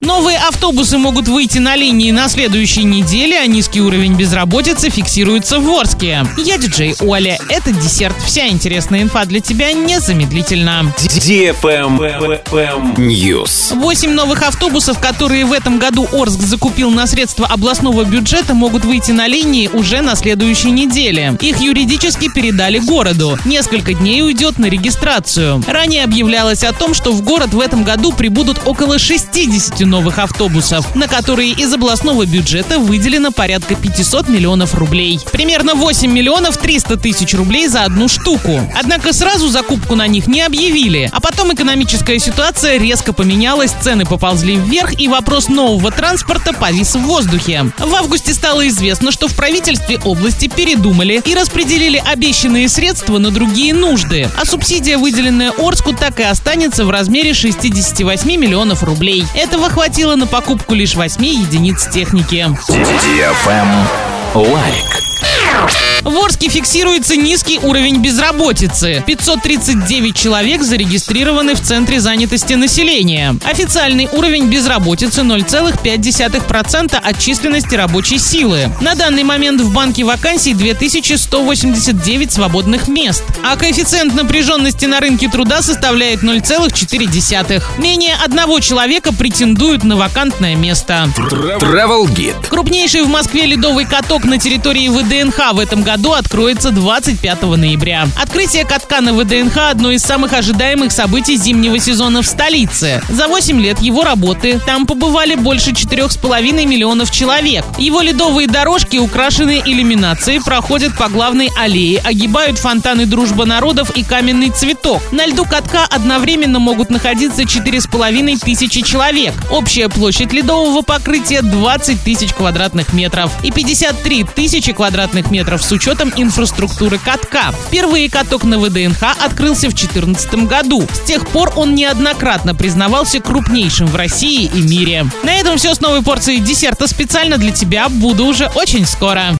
Новые автобусы могут выйти на линии на следующей неделе, а низкий уровень безработицы фиксируется в Орске. Я диджей Оля. Это десерт. Вся интересная инфа для тебя незамедлительно. News. 8 новых автобусов, которые в этом году Орск закупил на средства областного бюджета, могут выйти на линии уже на следующей неделе. Их юридически передали городу. Несколько дней уйдет на регистрацию. Ранее объявлялось о том, что в город в этом году прибудут около 60 новых автобусов, на которые из областного бюджета выделено порядка 500 миллионов рублей. Примерно 8 миллионов 300 тысяч рублей за одну штуку. Однако сразу закупку на них не объявили. А потом экономическая ситуация резко поменялась, цены поползли вверх, и вопрос нового транспорта повис в воздухе. В августе стало известно, что в правительстве области передумали и распределили обещанные средства на другие нужды. А субсидия, выделенная Орску, так и останется в размере 68 миллионов рублей. Этого хватило на покупку лишь 8 единиц техники. Лайк. В Орске фиксируется низкий уровень безработицы. 539 человек зарегистрированы в Центре занятости населения. Официальный уровень безработицы 0,5% от численности рабочей силы. На данный момент в банке вакансий 2189 свободных мест. А коэффициент напряженности на рынке труда составляет 0,4. Менее одного человека претендуют на вакантное место. Travel Guide. Крупнейший в Москве ледовый каток на территории ВДНХ в этом году откроется 25 ноября. Открытие катка на ВДНХ – одно из самых ожидаемых событий зимнего сезона в столице. За 8 лет его работы там побывали больше 4,5 миллионов человек. Его ледовые дорожки, украшенные иллюминацией, проходят по главной аллее, огибают фонтаны «Дружба народов» и «Каменный цветок». На льду катка одновременно могут находиться 4,5 тысячи человек. Общая площадь ледового покрытия – 20 тысяч квадратных метров и 53 тысячи квадратных метров с учетом инфраструктуры катка. Впервые каток на ВДНХ открылся в 2014 году. С тех пор он неоднократно признавался крупнейшим в России и мире. На этом все с новой порцией десерта специально для тебя. Буду уже очень скоро.